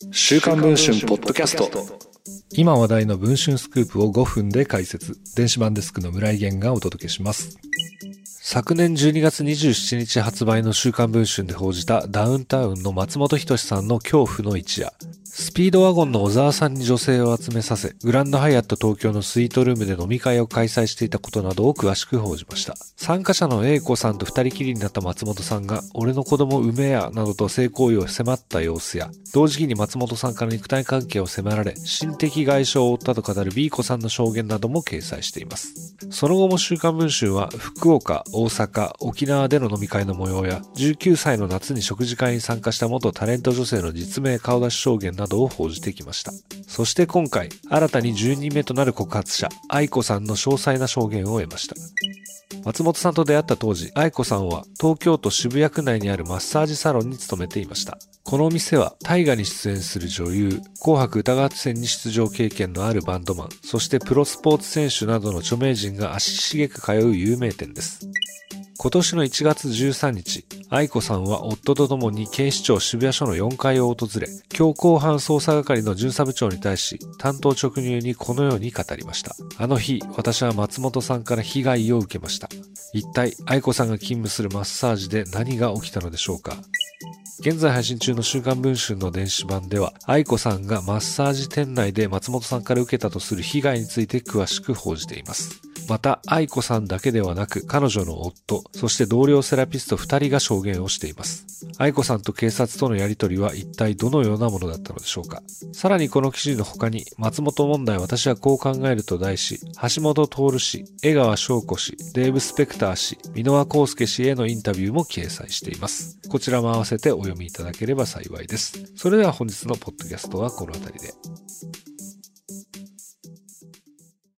週刊文春ポッドキャスト。 今話題の文春スクープを5分で解説。電子版デスクの村井源がお届けします。昨年12月27日発売の週刊文春で報じたダウンタウンの松本人志さんの恐怖の一夜。スピードワゴンの小沢さんに女性を集めさせ、グランドハイアット東京のスイートルームで飲み会を開催していたことなどを詳しく報じました。参加者の A 子さんと二人きりになった松本さんが、俺の子供産めや、などと性行為を迫った様子や、同時期に松本さんから肉体関係を迫られ、心的外傷を負ったと語る B 子さんの証言なども掲載しています。その後も週刊文春は、福岡、大阪、沖縄での飲み会の模様や、19歳の夏に食事会に参加した元タレント女性の実名顔出し証言などを報じてきました。そして今回、新たに10人目となる告発者、愛子さんの詳細な証言を得ました。松本さんと出会った当時、愛子さんは東京都渋谷区内にあるマッサージサロンに勤めていました。このお店は大河に出演する女優、紅白歌合戦に出場経験のあるバンドマン、そしてプロスポーツ選手などの著名人が足しげく通う有名店です。今年の1月13日、愛子さんは夫と共に警視庁渋谷署の4階を訪れ、強行犯捜査係の巡査部長に対し、担当直入にこのように語りました。あの日、私は松本さんから被害を受けました。一体、愛子さんが勤務するマッサージで何が起きたのでしょうか。現在配信中の週刊文春の電子版では、愛子さんがマッサージ店内で松本さんから受けたとする被害について詳しく報じています。また、愛子さんだけではなく、彼女の夫、そして同僚セラピスト2人が証言をしています。愛子さんと警察とのやりとりは一体どのようなものだったのでしょうか。さらにこの記事の他に、松本問題私はこう考えると題し、橋本徹氏、江川翔子氏、デーブ・スペクター氏、箕輪康介氏へのインタビューも掲載しています。こちらも合わせてお読みいただければ幸いです。それでは本日のポッドキャストはこの辺りで。